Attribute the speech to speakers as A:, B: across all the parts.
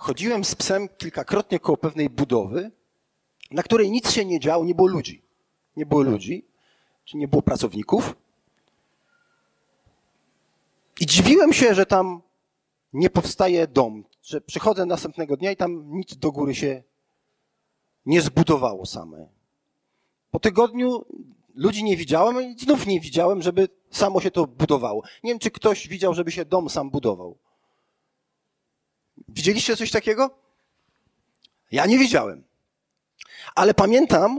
A: chodziłem z psem kilkakrotnie koło pewnej budowy, na której nic się nie działo, nie było ludzi. Nie było ludzi, czyli nie było pracowników. I dziwiłem się, że tam nie powstaje dom, że przychodzę następnego dnia i tam nic do góry się nie zbudowało same. Po tygodniu ludzi nie widziałem i znów nie widziałem, żeby samo się to budowało. Nie wiem, czy ktoś widział, żeby się dom sam budował. Widzieliście coś takiego? Ja nie widziałem. Ale pamiętam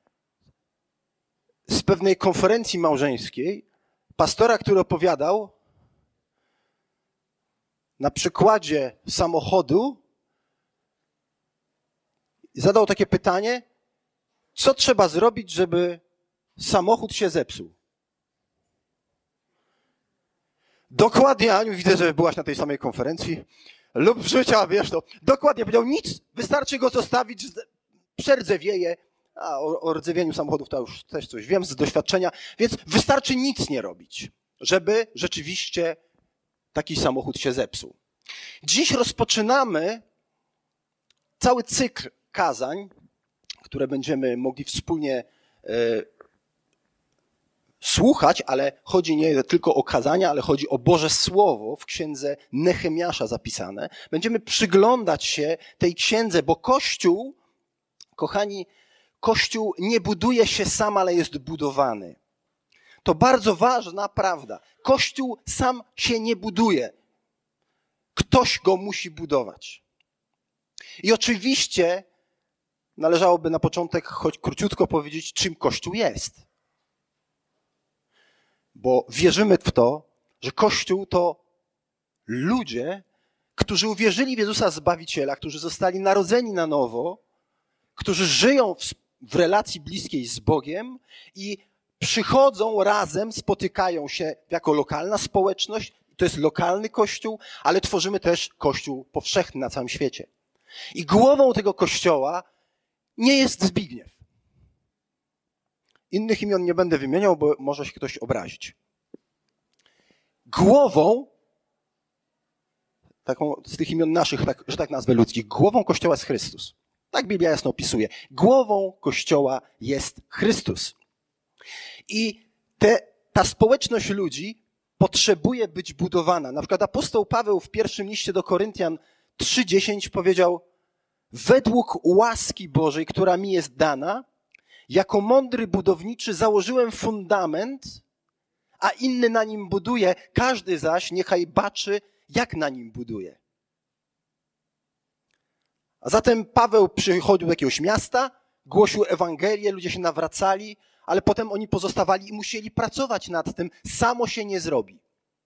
A: z pewnej konferencji małżeńskiej pastora, który opowiadał na przykładzie samochodu, zadał takie pytanie, co trzeba zrobić, żeby samochód się zepsuł? Dokładnie, Aniu, widzę, że byłaś na tej samej konferencji, lub wrzuciła, wiesz to, dokładnie powiedział, nic, wystarczy go zostawić, przerdzewieje, a o rdzewieniu samochodów to już też coś wiem z doświadczenia, więc wystarczy nic nie robić, żeby rzeczywiście taki samochód się zepsuł. Dziś rozpoczynamy cały cykl kazań, które będziemy mogli wspólnie słuchać, ale chodzi nie tylko o kazania, ale chodzi o Boże Słowo w księdze Nehemiasza zapisane. Będziemy przyglądać się tej księdze, bo Kościół, kochani, Kościół nie buduje się sam, ale jest budowany. To bardzo ważna prawda. Kościół sam się nie buduje. Ktoś go musi budować. I oczywiście należałoby na początek choć króciutko powiedzieć, czym Kościół jest. Bo wierzymy w to, że Kościół to ludzie, którzy uwierzyli w Jezusa Zbawiciela, którzy zostali narodzeni na nowo, którzy żyją w relacji bliskiej z Bogiem i przychodzą razem, spotykają się jako lokalna społeczność, to jest lokalny Kościół, ale tworzymy też Kościół powszechny na całym świecie. I głową tego Kościoła nie jest Zbigniew. Innych imion nie będę wymieniał, bo może się ktoś obrazić. Głową, taką z tych imion naszych, że tak nazwę ludzkich, głową Kościoła jest Chrystus. Tak Biblia jasno opisuje. Głową Kościoła jest Chrystus. I ta społeczność ludzi potrzebuje być budowana. Na przykład apostoł Paweł w pierwszym liście do Koryntian 3:10 powiedział: według łaski Bożej, która mi jest dana, jako mądry budowniczy założyłem fundament, a inny na nim buduje, każdy zaś niechaj baczy, jak na nim buduje. A zatem Paweł przychodził do jakiegoś miasta, głosił Ewangelię, ludzie się nawracali, ale potem oni pozostawali i musieli pracować nad tym. Samo się nie zrobi.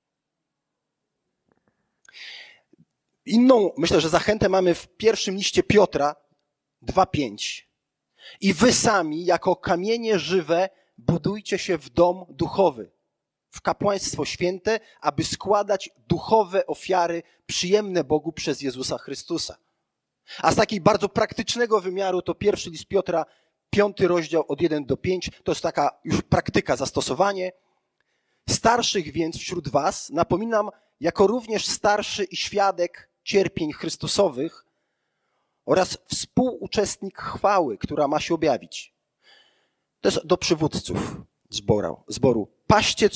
A: Inną, myślę, że zachętę mamy w pierwszym liście Piotra 2:5. I wy sami, jako kamienie żywe, budujcie się w dom duchowy, w kapłaństwo święte, aby składać duchowe ofiary przyjemne Bogu przez Jezusa Chrystusa. A z takiej bardzo praktycznego wymiaru to pierwszy list Piotra, 5 rozdział od 1 do 5, to jest taka już praktyka, zastosowanie. Starszych więc wśród was napominam, jako również starszy i świadek cierpień Chrystusowych oraz współuczestnik chwały, która ma się objawić. To jest do przywódców zboru. Paście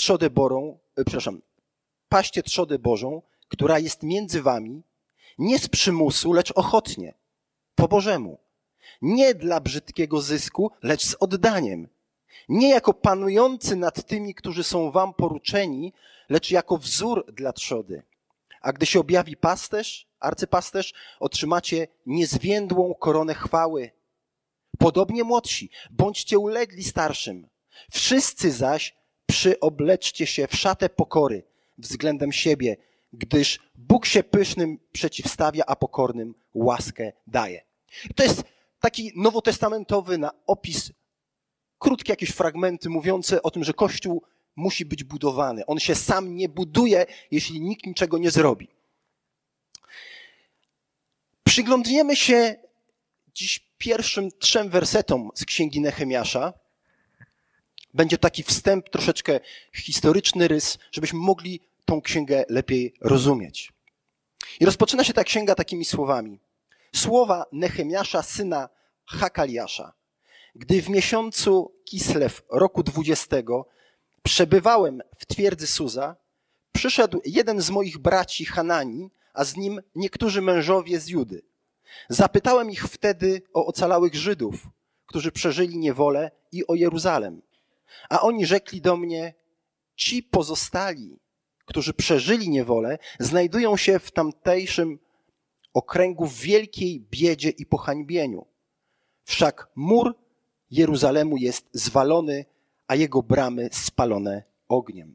A: trzodę Bożą, która jest między wami, nie z przymusu, lecz ochotnie, po Bożemu. Nie dla brzydkiego zysku, lecz z oddaniem. Nie jako panujący nad tymi, którzy są wam poruczeni, lecz jako wzór dla trzody. A gdy się objawi pasterz, arcypasterz, otrzymacie niezwiędłą koronę chwały. Podobnie młodsi, bądźcie ulegli starszym. Wszyscy zaś przyobleczcie się w szatę pokory względem siebie, gdyż Bóg się pysznym przeciwstawia, a pokornym łaskę daje. To jest taki nowotestamentowy opis, krótkie jakieś fragmenty mówiące o tym, że Kościół musi być budowany. On się sam nie buduje, jeśli nikt niczego nie zrobi. Przyglądniemy się dziś pierwszym 3 wersetom z Księgi Nehemiasza. Będzie taki wstęp, troszeczkę historyczny rys, żebyśmy mogli tą księgę lepiej rozumieć. I rozpoczyna się ta księga takimi słowami. Słowa Nehemiasza, syna Hakaliasza. Gdy w miesiącu Kislew roku 20 przebywałem w twierdzy Suza, przyszedł jeden z moich braci Hanani, a z nim niektórzy mężowie z Judy. Zapytałem ich wtedy o ocalałych Żydów, którzy przeżyli niewolę, i o Jeruzalem. A oni rzekli do mnie: ci pozostali, którzy przeżyli niewolę, znajdują się w tamtejszym okręgu w wielkiej biedzie i pohańbieniu. Wszak mur Jeruzalemu jest zwalony, a jego bramy spalone ogniem.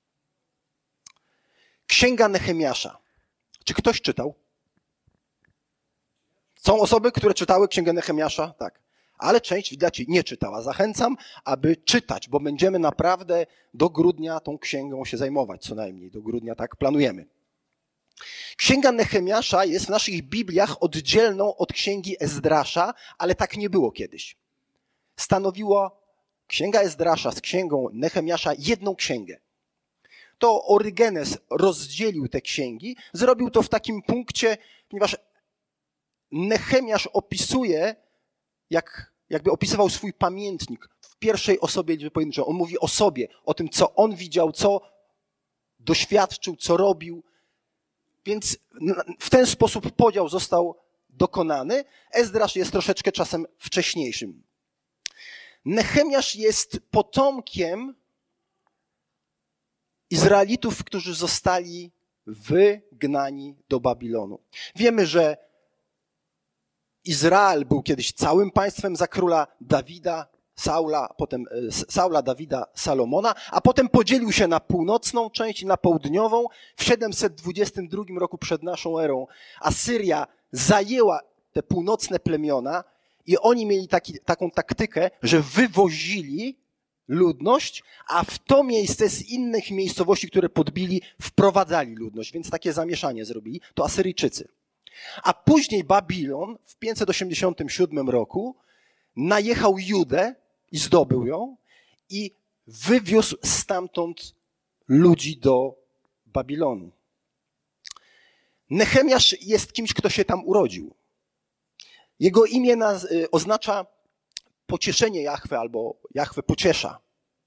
A: Księga Nehemiasza. Czy ktoś czytał? Są osoby, które czytały Księgę Nehemiasza? Tak. Ale część, widać, nie czytała. Zachęcam, aby czytać, bo będziemy naprawdę do grudnia tą księgą się zajmować, co najmniej. Do grudnia tak planujemy. Księga Nehemiasza jest w naszych Bibliach oddzielną od Księgi Ezdrasza, ale tak nie było kiedyś. Stanowiło Księga Ezdrasza z Księgą Nehemiasza jedną księgę. To Orygenes rozdzielił te księgi, zrobił to w takim punkcie, ponieważ Nehemiasz opisuje, jakby opisywał swój pamiętnik w pierwszej osobie liczby pojedynczej. On mówi o sobie, o tym, co on widział, co doświadczył, co robił. Więc w ten sposób podział został dokonany. Ezdrasz jest troszeczkę czasem wcześniejszym. Nehemiasz jest potomkiem Izraelitów, którzy zostali wygnani do Babilonu. Wiemy, że Izrael był kiedyś całym państwem za króla Dawida, Saula, Dawida, Salomona, a potem podzielił się na północną część i na południową. W 722 roku przed naszą erą Asyria zajęła te północne plemiona i oni mieli taką taktykę, że wywozili ludność, a w to miejsce z innych miejscowości, które podbili, wprowadzali ludność, więc takie zamieszanie zrobili. To Asyryjczycy. A później Babilon w 587 roku najechał Judę i zdobył ją i wywiózł stamtąd ludzi do Babilonu. Nehemiasz jest kimś, kto się tam urodził. Jego imię oznacza pocieszenie Jahwe albo Jahwe pociesza.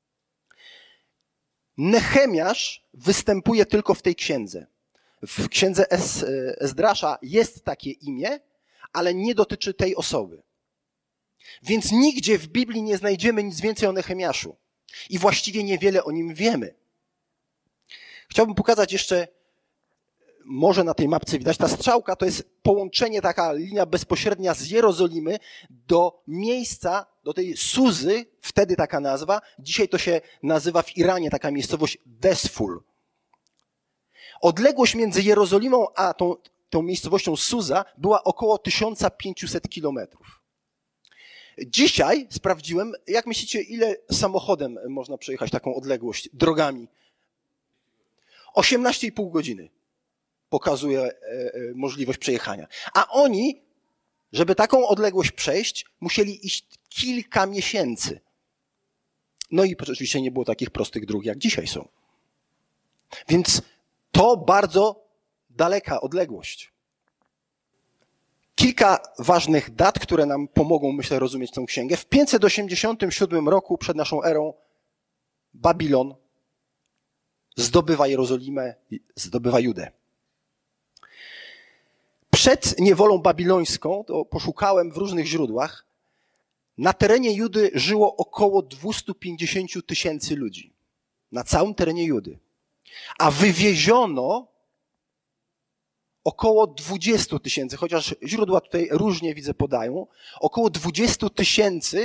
A: Nehemiasz występuje tylko w tej księdze. W księdze Ezdrasza jest takie imię, ale nie dotyczy tej osoby. Więc nigdzie w Biblii nie znajdziemy nic więcej o Nehemiaszu. I właściwie niewiele o nim wiemy. Chciałbym pokazać jeszcze, może na tej mapce widać, ta strzałka to jest połączenie, taka linia bezpośrednia z Jerozolimy do miejsca, do tej Suzy, wtedy taka nazwa. Dzisiaj to się nazywa w Iranie taka miejscowość Desful. Odległość między Jerozolimą a tą miejscowością Suza była około 1500 kilometrów. Dzisiaj sprawdziłem, jak myślicie, ile samochodem można przejechać taką odległość drogami? 18,5 godziny pokazuje możliwość przejechania. A oni, żeby taką odległość przejść, musieli iść kilka miesięcy. No i oczywiście nie było takich prostych dróg, jak dzisiaj są. Więc to bardzo daleka odległość. Kilka ważnych dat, które nam pomogą, myślę, rozumieć tę księgę. W 587 roku przed naszą erą Babilon zdobywa Jerozolimę, zdobywa Judę. Przed niewolą babilońską, to poszukałem w różnych źródłach, na terenie Judy żyło około 250 000 ludzi. Na całym terenie Judy. A wywieziono około 20 000, chociaż źródła tutaj różnie, widzę, podają. Około 20 000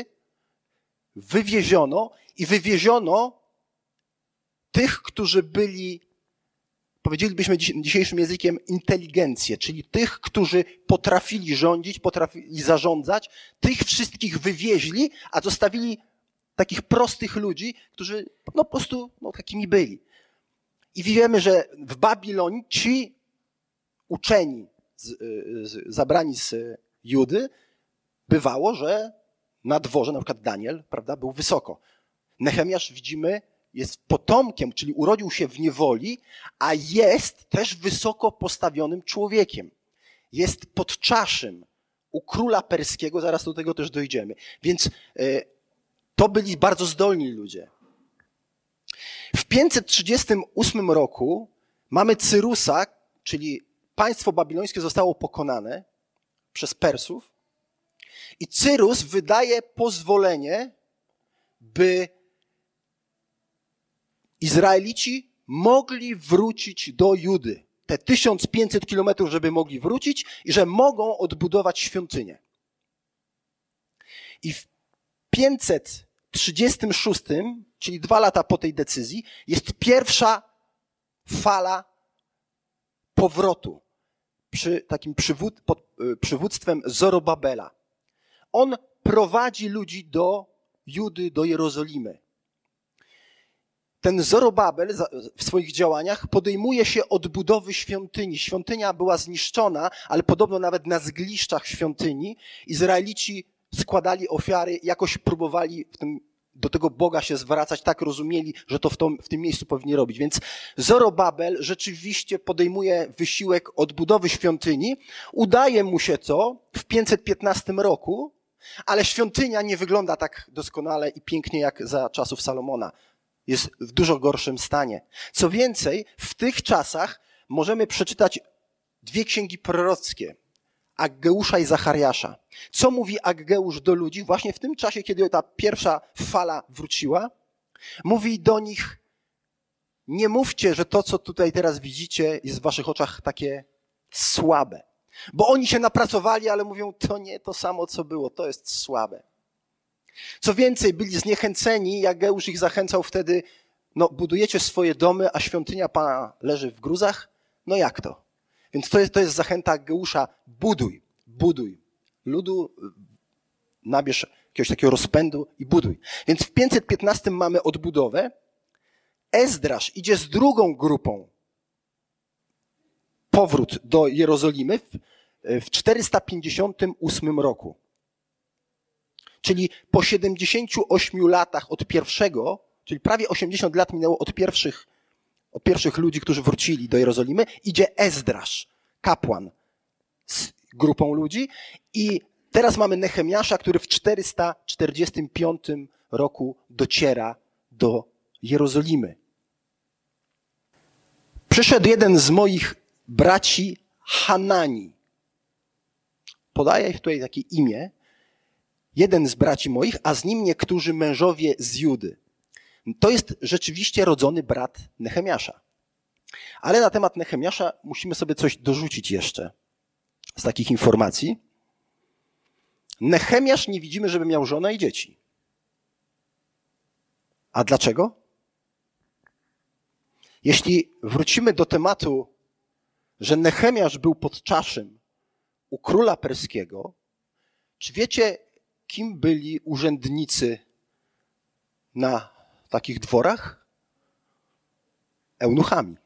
A: wywieziono tych, którzy byli, powiedzielibyśmy dzisiejszym językiem, inteligencję, czyli tych, którzy potrafili rządzić, potrafili zarządzać. Tych wszystkich wywieźli, a zostawili takich prostych ludzi, którzy po prostu takimi byli. I wiemy, że w Babilonie ci uczeni, zabrani z Judy, bywało, że na dworze, na przykład Daniel, prawda, był wysoko. Nehemiasz, widzimy, jest potomkiem, czyli urodził się w niewoli, a jest też wysoko postawionym człowiekiem. jest podczaszym u króla perskiego, zaraz do tego też dojdziemy. Więc to byli bardzo zdolni ludzie. W 538 roku mamy Cyrusa, czyli państwo babilońskie zostało pokonane przez Persów i Cyrus wydaje pozwolenie, by Izraelici mogli wrócić do Judy. Te 1500 kilometrów, żeby mogli wrócić i że mogą odbudować świątynię. I w 536, czyli 2 lata po tej decyzji, jest pierwsza fala powrotu przy takim pod przywództwem Zorobabela. On prowadzi ludzi do Judy, do Jerozolimy. Ten Zorobabel w swoich działaniach podejmuje się odbudowy świątyni. Świątynia była zniszczona, ale podobno nawet na zgliszczach świątyni Izraelici składali ofiary, jakoś próbowali do tego Boga się zwracać, tak rozumieli, że to w tym miejscu powinni robić. Więc Zorobabel rzeczywiście podejmuje wysiłek odbudowy świątyni. Udaje mu się to w 515 roku, ale świątynia nie wygląda tak doskonale i pięknie jak za czasów Salomona. Jest w dużo gorszym stanie. Co więcej, w tych czasach możemy przeczytać 2 księgi prorockie, Aggeusza i Zachariasza. Co mówi Aggeusz do ludzi właśnie w tym czasie, kiedy ta pierwsza fala wróciła? Mówi do nich, nie mówcie, że to, co tutaj teraz widzicie, jest w waszych oczach takie słabe. Bo oni się napracowali, ale mówią, to nie to samo, co było, to jest słabe. Co więcej, byli zniechęceni i Aggeusz ich zachęcał wtedy, no budujecie swoje domy, a świątynia Pana leży w gruzach? No jak to? Więc to jest zachęta Aggeusza, buduj. Ludu, nabierz jakiegoś takiego rozpędu i buduj. Więc w 515 mamy odbudowę. Ezdrasz idzie z drugą grupą. Powrót do Jerozolimy w 458 roku. Czyli po 78 latach od pierwszego, czyli prawie 80 lat minęło od pierwszych ludzi, którzy wrócili do Jerozolimy, idzie Ezdrasz, kapłan z grupą ludzi i teraz mamy Nehemiasza, który w 445 roku dociera do Jerozolimy. Przyszedł jeden z moich braci Hanani. Podaję tutaj takie imię. Jeden z braci moich, a z nim niektórzy mężowie z Judy. To jest rzeczywiście rodzony brat Nehemiasza. Ale na temat Nehemiasza musimy sobie coś dorzucić jeszcze z takich informacji. Nehemiasz nie widzimy, żeby miał żonę i dzieci. A dlaczego? Jeśli wrócimy do tematu, że Nehemiasz był podczaszym u króla perskiego, czy wiecie, kim byli urzędnicy na takich dworach? Eunuchami.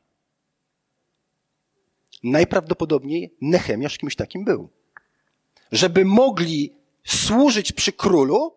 A: Najprawdopodobniej Nehemiasz kimś takim był. Żeby mogli służyć przy królu,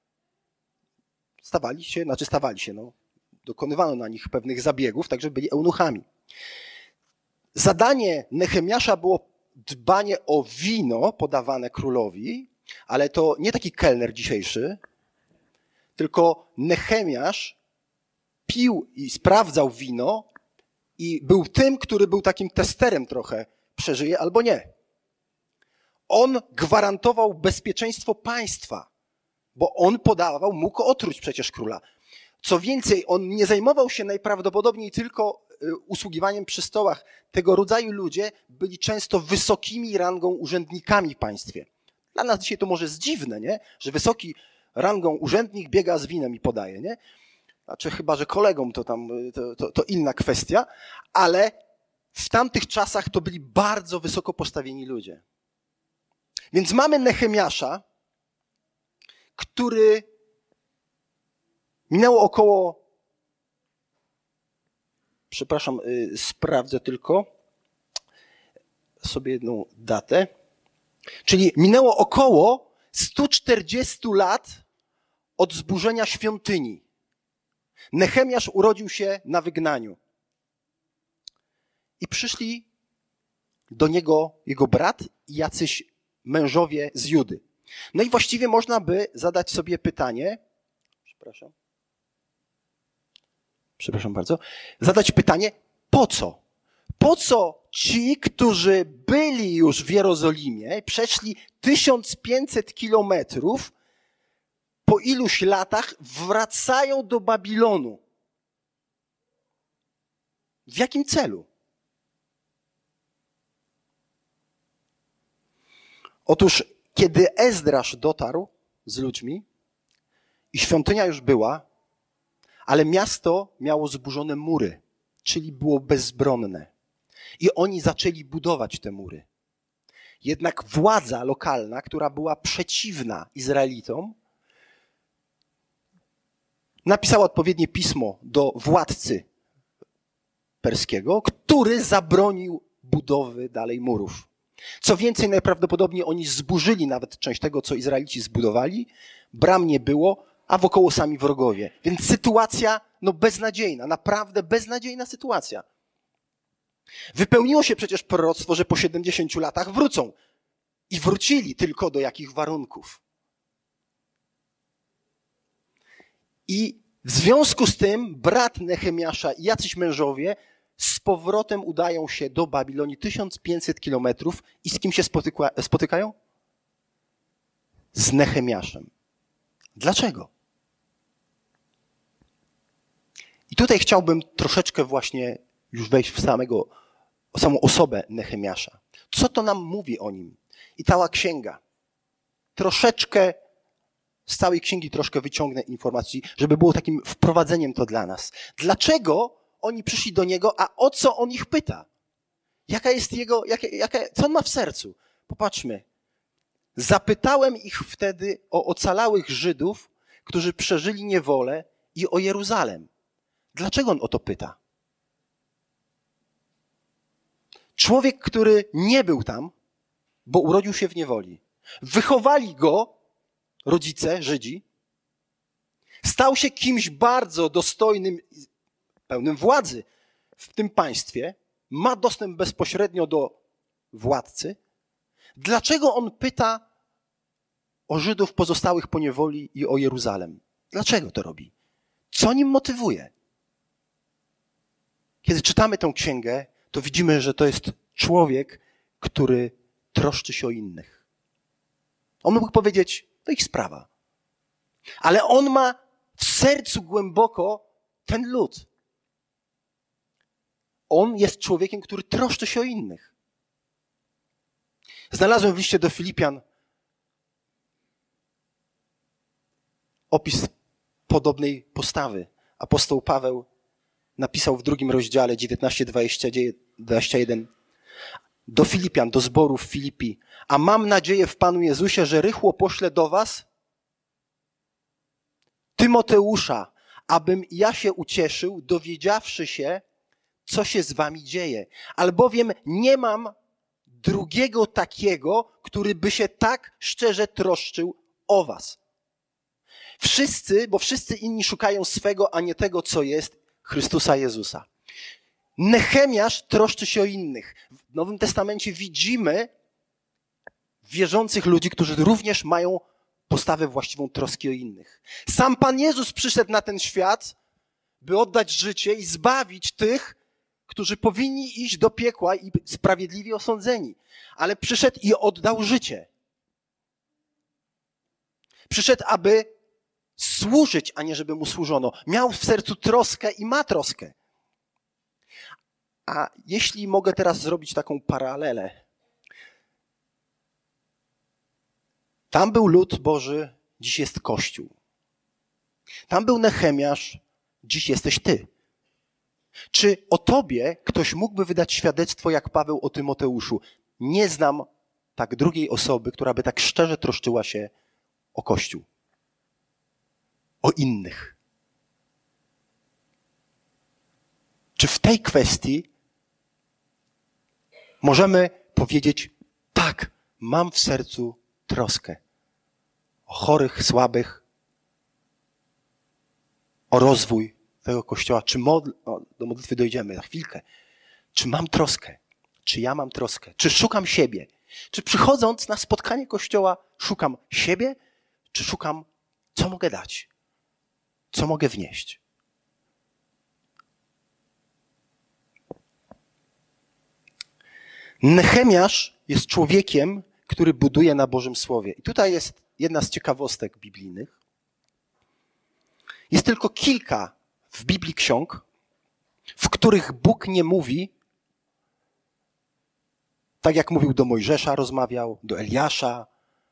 A: dokonywano na nich pewnych zabiegów, tak żeby byli eunuchami. Zadanie Nehemiasza było dbanie o wino podawane królowi, ale to nie taki kelner dzisiejszy, tylko Nehemiasz pił i sprawdzał wino i był tym, który był takim testerem trochę, przeżyje albo nie. On gwarantował bezpieczeństwo państwa, bo on mógł otruć przecież króla. Co więcej, on nie zajmował się najprawdopodobniej tylko usługiwaniem przy stołach. Tego rodzaju ludzie byli często wysokimi rangą urzędnikami w państwie. Dla nas dzisiaj to może jest dziwne, nie? Że wysoki rangą urzędnik biega z winem i podaje, nie? Znaczy chyba, że kolegom to inna kwestia, ale w tamtych czasach to byli bardzo wysoko postawieni ludzie. Więc mamy Nehemiasza, który minęło około, sprawdzę tylko sobie jedną datę, czyli minęło około 140 lat od zburzenia świątyni. Nehemiasz urodził się na wygnaniu. I przyszli do niego jego brat i jacyś mężowie z Judy. No i właściwie można by zadać sobie pytanie, przepraszam bardzo, zadać pytanie, po co? Po co ci, którzy byli już w Jerozolimie, przeszli 1500 kilometrów, po iluś latach wracają do Babilonu? W jakim celu? Otóż, kiedy Ezdrasz dotarł z ludźmi i świątynia już była, ale miasto miało zburzone mury, czyli było bezbronne. I oni zaczęli budować te mury. Jednak władza lokalna, która była przeciwna Izraelitom, napisała odpowiednie pismo do władcy perskiego, który zabronił budowy dalej murów. Co więcej, najprawdopodobniej oni zburzyli nawet część tego, co Izraelici zbudowali. Bram nie było, a wokoło sami wrogowie. Więc sytuacja beznadziejna, naprawdę beznadziejna sytuacja. Wypełniło się przecież proroctwo, że po 70 latach wrócą. I wrócili, tylko do jakich warunków. I w związku z tym brat Nehemiasza i jacyś mężowie z powrotem udają się do Babilonii 1500 kilometrów i z kim się spotykają? Z Nehemiaszem. Dlaczego? I tutaj chciałbym troszeczkę właśnie już wejść w samą osobę Nehemiasza. Co to nam mówi o nim? I cała księga. Troszeczkę z całej księgi troszkę wyciągnę informacji, żeby było takim wprowadzeniem to dla nas. Dlaczego oni przyszli do niego, a o co on ich pyta? Jaka jest jego, co on ma w sercu? Popatrzmy. Zapytałem ich wtedy o ocalałych Żydów, którzy przeżyli niewolę i o Jeruzalem. Dlaczego on o to pyta? Człowiek, który nie był tam, bo urodził się w niewoli. Wychowali go rodzice, Żydzi. Stał się kimś bardzo dostojnym, pełnym władzy w tym państwie. Ma dostęp bezpośrednio do władcy. Dlaczego on pyta o Żydów pozostałych po niewoli i o Jeruzalem? Dlaczego to robi? Co nim motywuje? Kiedy czytamy tę księgę, to widzimy, że to jest człowiek, który troszczy się o innych. On mógł powiedzieć, to ich sprawa. Ale on ma w sercu głęboko ten lud. On jest człowiekiem, który troszczy się o innych. Znalazłem w liście do Filipian opis podobnej postawy. Apostoł Paweł napisał w 2 rozdziale 19:21 do Filipian, do zboru w Filipi. A mam nadzieję w Panu Jezusie, że rychło poślę do was Tymoteusza, abym ja się ucieszył, dowiedziawszy się, co się z wami dzieje. Albowiem nie mam drugiego takiego, który by się tak szczerze troszczył o was. Bo wszyscy inni szukają swego, a nie tego, co jest Chrystusa Jezusa. Nehemiasz troszczy się o innych. W Nowym Testamencie widzimy wierzących ludzi, którzy również mają postawę właściwą troski o innych. Sam Pan Jezus przyszedł na ten świat, by oddać życie i zbawić tych, którzy powinni iść do piekła i sprawiedliwie osądzeni. Ale przyszedł i oddał życie. Przyszedł, aby służyć, a nie żeby mu służono. Miał w sercu troskę i ma troskę. A jeśli mogę teraz zrobić taką paralelę. Tam był lud Boży, dziś jest Kościół. Tam był Nehemiasz, dziś jesteś ty. Czy o tobie ktoś mógłby wydać świadectwo jak Paweł o Tymoteuszu? Nie znam tak drugiej osoby, która by tak szczerze troszczyła się o Kościół. O innych. Czy w tej kwestii możemy powiedzieć, tak, mam w sercu troskę o chorych, słabych, o rozwój tego Kościoła. Czy do modlitwy dojdziemy za chwilkę. Czy mam troskę? Czy ja mam troskę? Czy szukam siebie? Czy przychodząc na spotkanie Kościoła szukam siebie, czy szukam, co mogę dać? Co mogę wnieść? Nehemiasz jest człowiekiem, który buduje na Bożym Słowie. I tutaj jest jedna z ciekawostek biblijnych. Jest tylko kilka w Biblii ksiąg, w których Bóg nie mówi, tak jak mówił do Mojżesza, rozmawiał, do Eliasza.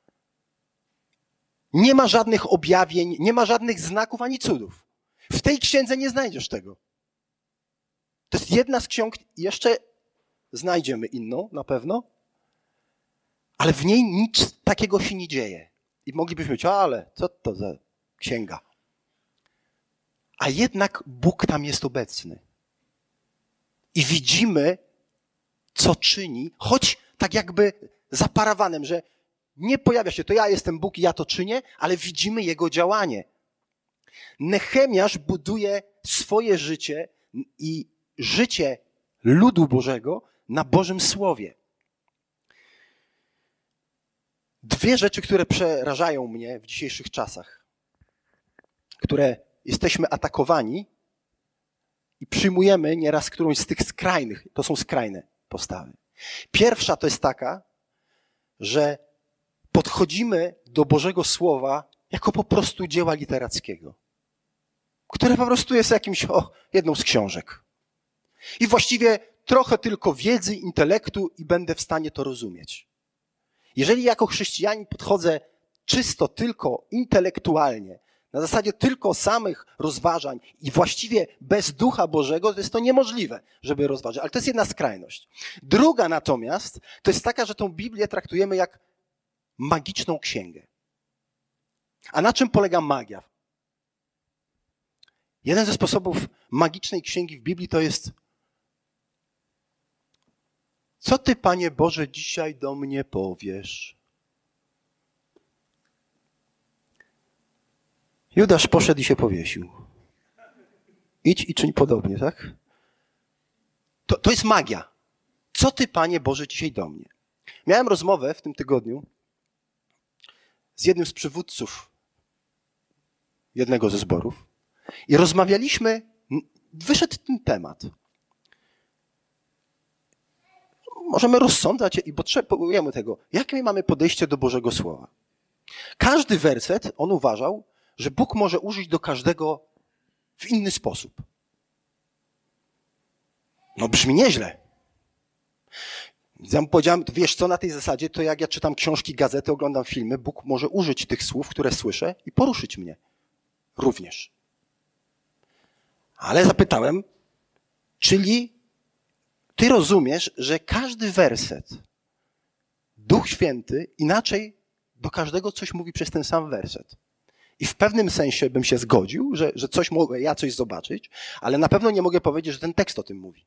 A: Nie ma żadnych objawień, nie ma żadnych znaków ani cudów. W tej księdze nie znajdziesz tego. To jest jedna z ksiąg, jeszcze znajdziemy inną na pewno, ale w niej nic takiego się nie dzieje. I moglibyśmy powiedzieć, ale co to za księga? A jednak Bóg tam jest obecny. I widzimy, co czyni, choć tak jakby za parawanem, że nie pojawia się, to ja jestem Bóg i ja to czynię, ale widzimy Jego działanie. Nehemiasz buduje swoje życie i życie ludu Bożego na Bożym Słowie. Dwie rzeczy, które przerażają mnie w dzisiejszych czasach, które jesteśmy atakowani i przyjmujemy nieraz którąś z tych skrajnych, to są skrajne postawy. Pierwsza to jest taka, że podchodzimy do Bożego Słowa jako po prostu dzieła literackiego, które po prostu jest jedną z książek. I właściwie trochę tylko wiedzy, intelektu i będę w stanie to rozumieć. Jeżeli jako chrześcijanin podchodzę czysto tylko intelektualnie, na zasadzie tylko samych rozważań i właściwie bez Ducha Bożego, to jest to niemożliwe, żeby rozważać. Ale to jest jedna skrajność. Druga natomiast to jest taka, że tą Biblię traktujemy jak magiczną księgę. A na czym polega magia? Jeden ze sposobów magicznej księgi w Biblii to jest: co Ty, Panie Boże, dzisiaj do mnie powiesz? Judasz poszedł i się powiesił. Idź i czyń podobnie, tak? To jest magia. Co Ty, Panie Boże, dzisiaj do mnie? Miałem rozmowę w tym tygodniu z jednym z przywódców jednego ze zborów i rozmawialiśmy, wyszedł ten temat. Możemy rozsądzać i potrzebujemy tego, jakie mamy podejście do Bożego Słowa. Każdy werset, on uważał, że Bóg może użyć do każdego w inny sposób. No brzmi nieźle. Ja mu powiedziałem, wiesz co, na tej zasadzie, to jak ja czytam książki, gazety, oglądam filmy, Bóg może użyć tych słów, które słyszę i poruszyć mnie również. Ale zapytałem, czyli Ty rozumiesz, że każdy werset, Duch Święty inaczej do każdego coś mówi przez ten sam werset. I w pewnym sensie bym się zgodził, że coś mogę ja coś zobaczyć, ale na pewno nie mogę powiedzieć, że ten tekst o tym mówi.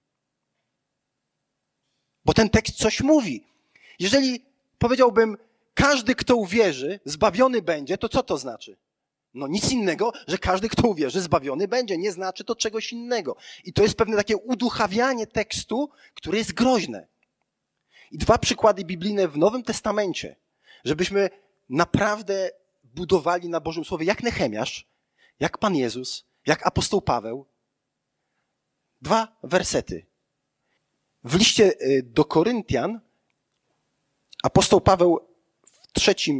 A: Bo ten tekst coś mówi. Jeżeli powiedziałbym, każdy, kto uwierzy, zbawiony będzie, to co to znaczy? No nic innego, że każdy, kto uwierzy, zbawiony będzie. Nie znaczy to czegoś innego. I to jest pewne takie uduchawianie tekstu, które jest groźne. I dwa przykłady biblijne w Nowym Testamencie, żebyśmy naprawdę budowali na Bożym Słowie, jak Nehemiasz, jak Pan Jezus, jak apostoł Paweł. Dwa wersety. W liście do Koryntian apostoł Paweł w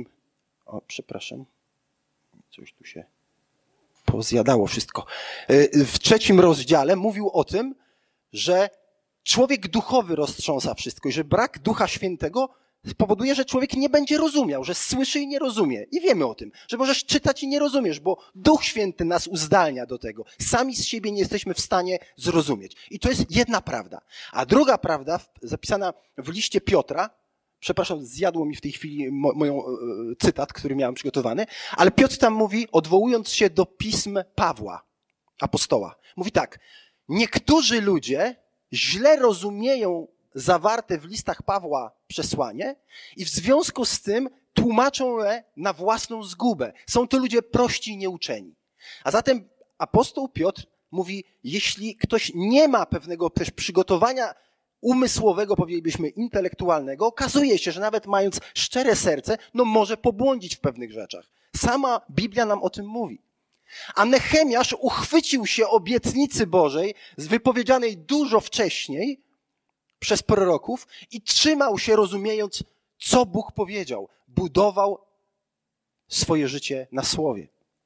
A: coś tu się pozjadało wszystko. W 3 rozdziale mówił o tym, że człowiek duchowy roztrząsa wszystko i że brak Ducha Świętego spowoduje, że człowiek nie będzie rozumiał, że słyszy i nie rozumie. I wiemy o tym, że możesz czytać i nie rozumiesz, bo Duch Święty nas uzdalnia do tego. Sami z siebie nie jesteśmy w stanie zrozumieć. I to jest jedna prawda. A druga prawda, zapisana w liście Piotra, przepraszam, zjadło mi w tej chwili moją cytat, który miałem przygotowany, ale Piotr tam mówi, odwołując się do pism Pawła, apostoła. Mówi tak, niektórzy ludzie źle rozumieją zawarte w listach Pawła przesłanie i w związku z tym tłumaczą je na własną zgubę. Są to ludzie prości i nieuczeni. A zatem apostoł Piotr mówi, jeśli ktoś nie ma pewnego też przygotowania umysłowego, powiedzielibyśmy intelektualnego, okazuje się, że nawet mając szczere serce, może pobłądzić w pewnych rzeczach. Sama Biblia nam o tym mówi. A Nehemiasz uchwycił się obietnicy Bożej, wypowiedzianej dużo wcześniej przez proroków i trzymał się, rozumiejąc, co Bóg powiedział. Budował swoje życie na słowie.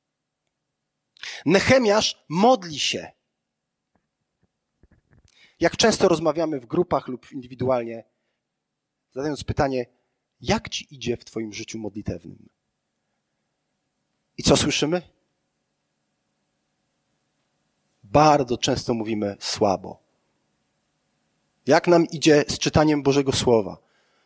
A: Nehemiasz modli się. Jak często rozmawiamy w grupach lub indywidualnie, zadając pytanie, jak ci idzie w twoim życiu modlitewnym? I co słyszymy? Bardzo często mówimy słabo. Jak nam idzie z czytaniem Bożego Słowa?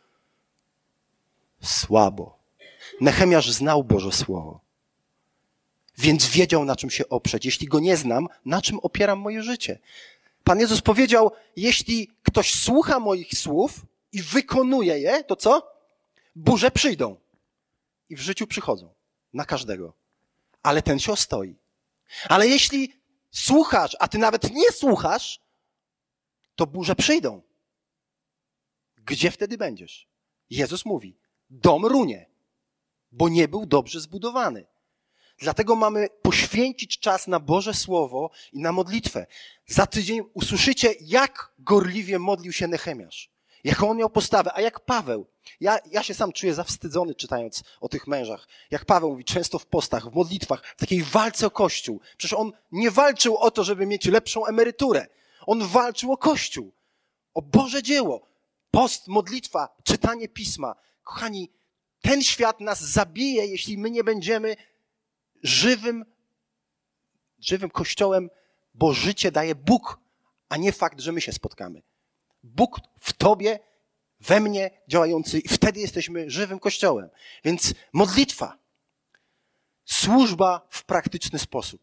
A: Słabo. Nehemiasz znał Boże Słowo, więc wiedział, na czym się oprzeć. Jeśli go nie znam, na czym opieram moje życie? Pan Jezus powiedział, jeśli ktoś słucha moich słów i wykonuje je, to co? Burze przyjdą. I w życiu przychodzą. Na każdego. Ale ten się ostoi. Ale jeśli słuchasz, a ty nawet nie słuchasz, to burze przyjdą. Gdzie wtedy będziesz? Jezus mówi, dom runie, bo nie był dobrze zbudowany. Dlatego mamy poświęcić czas na Boże Słowo i na modlitwę. Za tydzień usłyszycie, jak gorliwie modlił się Nehemiasz. Jaką on miał postawę, a jak Paweł. Ja się sam czuję zawstydzony, czytając o tych mężach. Jak Paweł mówi, często w postach, w modlitwach, w takiej walce o Kościół. Przecież on nie walczył o to, żeby mieć lepszą emeryturę. On walczył o Kościół, o Boże dzieło. Post, modlitwa, czytanie Pisma. Kochani, ten świat nas zabije, jeśli my nie będziemy żywym Kościołem, bo życie daje Bóg, a nie fakt, że my się spotkamy. Bóg w tobie, we mnie działający i wtedy jesteśmy żywym Kościołem. Więc modlitwa, służba w praktyczny sposób.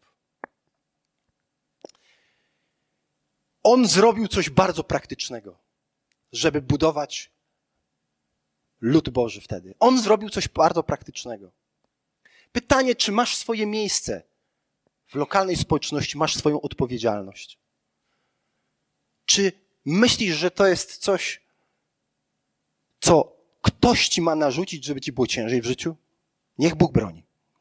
A: On zrobił coś bardzo praktycznego, żeby budować lud Boży wtedy. On zrobił coś bardzo praktycznego. Pytanie, czy masz swoje miejsce w lokalnej społeczności, masz swoją odpowiedzialność? Czy myślisz, że to jest coś, co ktoś ci ma narzucić, żeby ci było ciężej w życiu? Niech Bóg broni.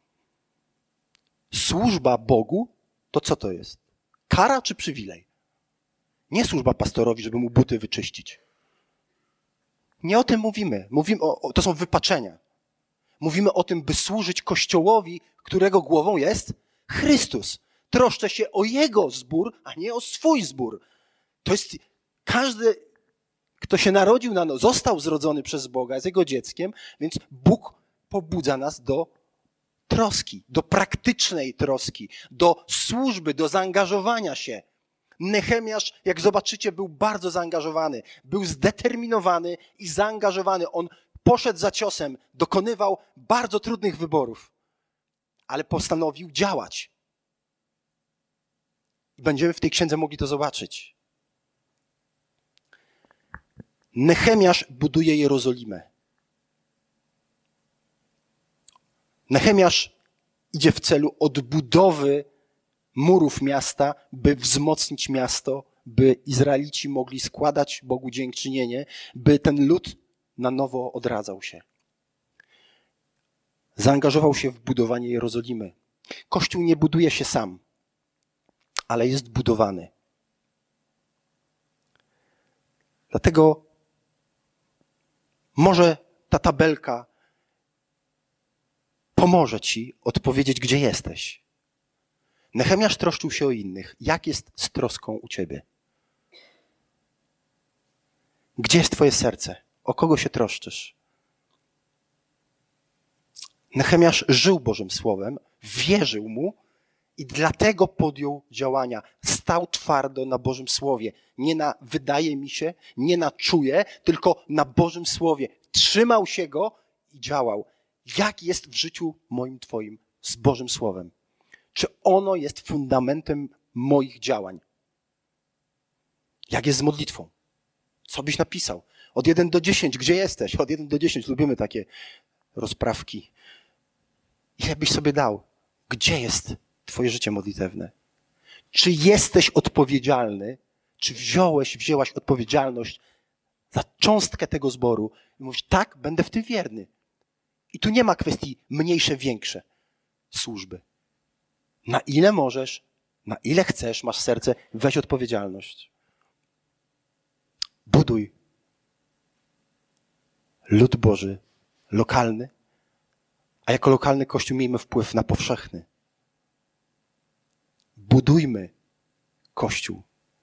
A: Służba Bogu, to co to jest? Kara czy przywilej? Nie służba pastorowi, żeby mu buty wyczyścić. Nie o tym mówimy. To są wypaczenia. Mówimy o tym, by służyć Kościołowi, którego głową jest Chrystus. Troszczę się o Jego zbór, a nie o swój zbór. To jest każdy, kto się narodził na nowo, został zrodzony przez Boga, jest Jego dzieckiem, więc Bóg pobudza nas do troski, do praktycznej troski, do służby, do zaangażowania się. Nehemiasz, jak zobaczycie, był bardzo zaangażowany, był zdeterminowany i zaangażowany. On poszedł za ciosem, dokonywał bardzo trudnych wyborów, ale postanowił działać. Będziemy w tej księdze mogli to zobaczyć. Nehemiasz buduje Jerozolimę. Nehemiasz idzie w celu odbudowy murów miasta, by wzmocnić miasto, by Izraelici mogli składać Bogu dziękczynienie, by ten lud na nowo odradzał się. Zaangażował się w budowanie Jerozolimy. Kościół nie buduje się sam, ale jest budowany. Dlatego może ta tabelka pomoże ci odpowiedzieć, gdzie jesteś. Nehemiasz troszczył się o innych. Jak jest z troską u ciebie? Gdzie jest twoje serce? O kogo się troszczysz? Nehemiasz żył Bożym Słowem, wierzył mu i dlatego podjął działania. Stał twardo na Bożym Słowie. Nie na wydaje mi się, nie na czuję, tylko na Bożym Słowie. Trzymał się go i działał. Jak jest w życiu moim, twoim z Bożym Słowem? Czy ono jest fundamentem moich działań? Jak jest z modlitwą? Co byś napisał? Od 1 do 10, gdzie jesteś? Od 1 do 10, lubimy takie rozprawki. Ile byś sobie dał? Gdzie jest twoje życie modlitewne? Czy jesteś odpowiedzialny? Czy wzięłaś odpowiedzialność za cząstkę tego zboru i mówisz, tak, będę w tym wierny. I tu nie ma kwestii mniejsze, większe służby. Na ile możesz, na ile chcesz, masz serce, weź odpowiedzialność. Buduj lud Boży, lokalny, a jako lokalny Kościół miejmy wpływ na powszechny. Budujmy Kościół.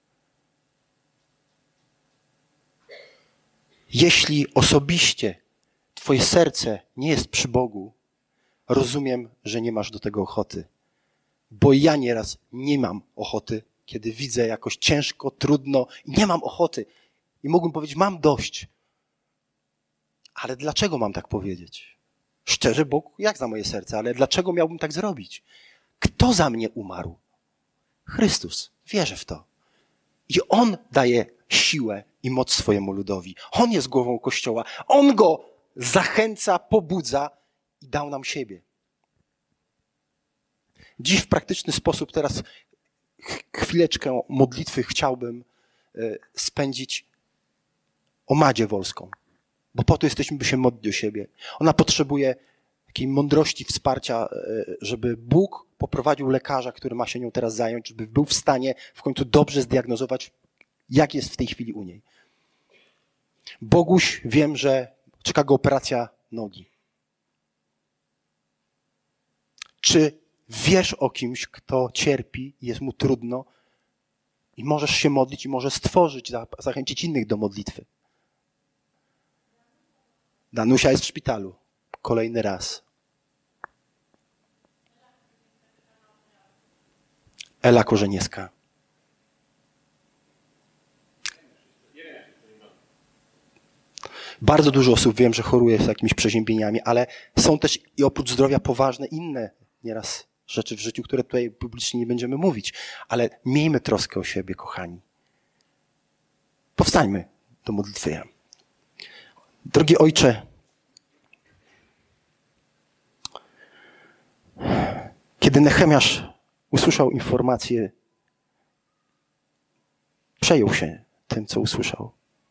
A: Jeśli osobiście twoje serce nie jest przy Bogu, rozumiem, że nie masz do tego ochoty. Bo ja nieraz nie mam ochoty, kiedy widzę jakoś ciężko, trudno i nie mam ochoty. I mógłbym powiedzieć, mam dość. Ale dlaczego mam tak powiedzieć? Szczerze, Bóg jak zna moje serce, ale dlaczego miałbym tak zrobić? Kto za mnie umarł? Chrystus. Wierzę w to. I On daje siłę i moc swojemu ludowi. On jest głową Kościoła. On go zachęca, pobudza i dał nam siebie. Dziś w praktyczny sposób teraz chwileczkę modlitwy chciałbym spędzić o Madzie Wolską. Bo po to jesteśmy, by się modlić o siebie. Ona potrzebuje takiej mądrości, wsparcia, żeby Bóg poprowadził lekarza, który ma się nią teraz zająć, żeby był w stanie w końcu dobrze zdiagnozować, jak jest w tej chwili u niej. Boguś, wiem, że czeka go operacja nogi. Czy wiesz o kimś, kto cierpi i jest mu trudno i możesz się modlić i możesz stworzyć, zachęcić innych do modlitwy? Danusia jest w szpitalu. Kolejny raz. Ela Korzeniewska. Bardzo dużo osób wiem, że choruje z jakimiś przeziębieniami, ale są też i oprócz zdrowia poważne inne nieraz rzeczy w życiu, które tutaj publicznie nie będziemy mówić. Ale miejmy troskę o siebie, kochani. Powstańmy do modlitwy. Drogi Ojcze, kiedy Nehemiasz usłyszał informację, przejął się tym, co usłyszał.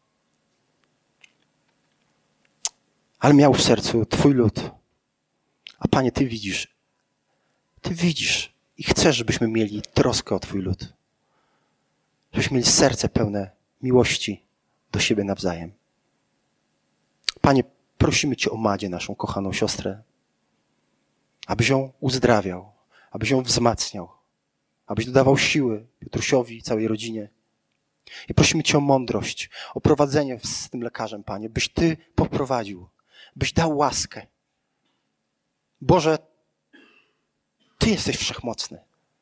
A: Ale miał w sercu Twój lud. A Panie, Ty widzisz i chcesz, żebyśmy mieli troskę o Twój lud. Żebyśmy mieli serce pełne miłości do siebie nawzajem. Panie, prosimy Cię o Madzie, naszą kochaną siostrę, abyś ją uzdrawiał, abyś ją wzmacniał, abyś dodawał siły Piotrusiowi i całej rodzinie. I prosimy Cię o mądrość, o prowadzenie z tym lekarzem, Panie, byś Ty poprowadził, byś dał łaskę. Boże, Ty jesteś wszechmocny.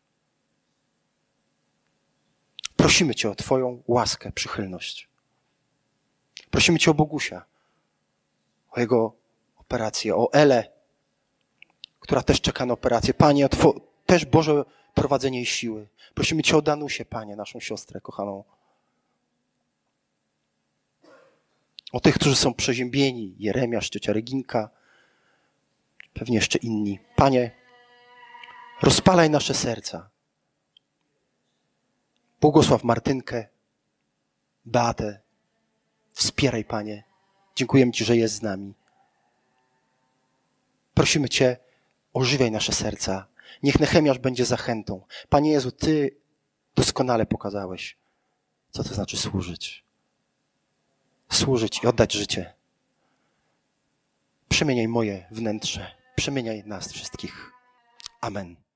A: Prosimy Cię o Twoją łaskę, przychylność. Prosimy Cię o Bogusia, o jego operację, o Elę, która też czeka na operację. Panie, też Boże prowadzenie i siły. Prosimy Cię o Danusię, Panie, naszą siostrę kochaną. O tych, którzy są przeziębieni, Jeremiasz, ciocia Reginka, pewnie jeszcze inni. Panie, rozpalaj nasze serca. Błogosław Martynkę, Beatę. Wspieraj, Panie. Dziękujemy Ci, że jest z nami. Prosimy Cię, ożywiaj nasze serca. Niech Nehemiasz będzie zachętą. Panie Jezu, Ty doskonale pokazałeś, co to znaczy służyć. Służyć i oddać życie. Przemieniaj moje wnętrze. Przemieniaj nas wszystkich. Amen.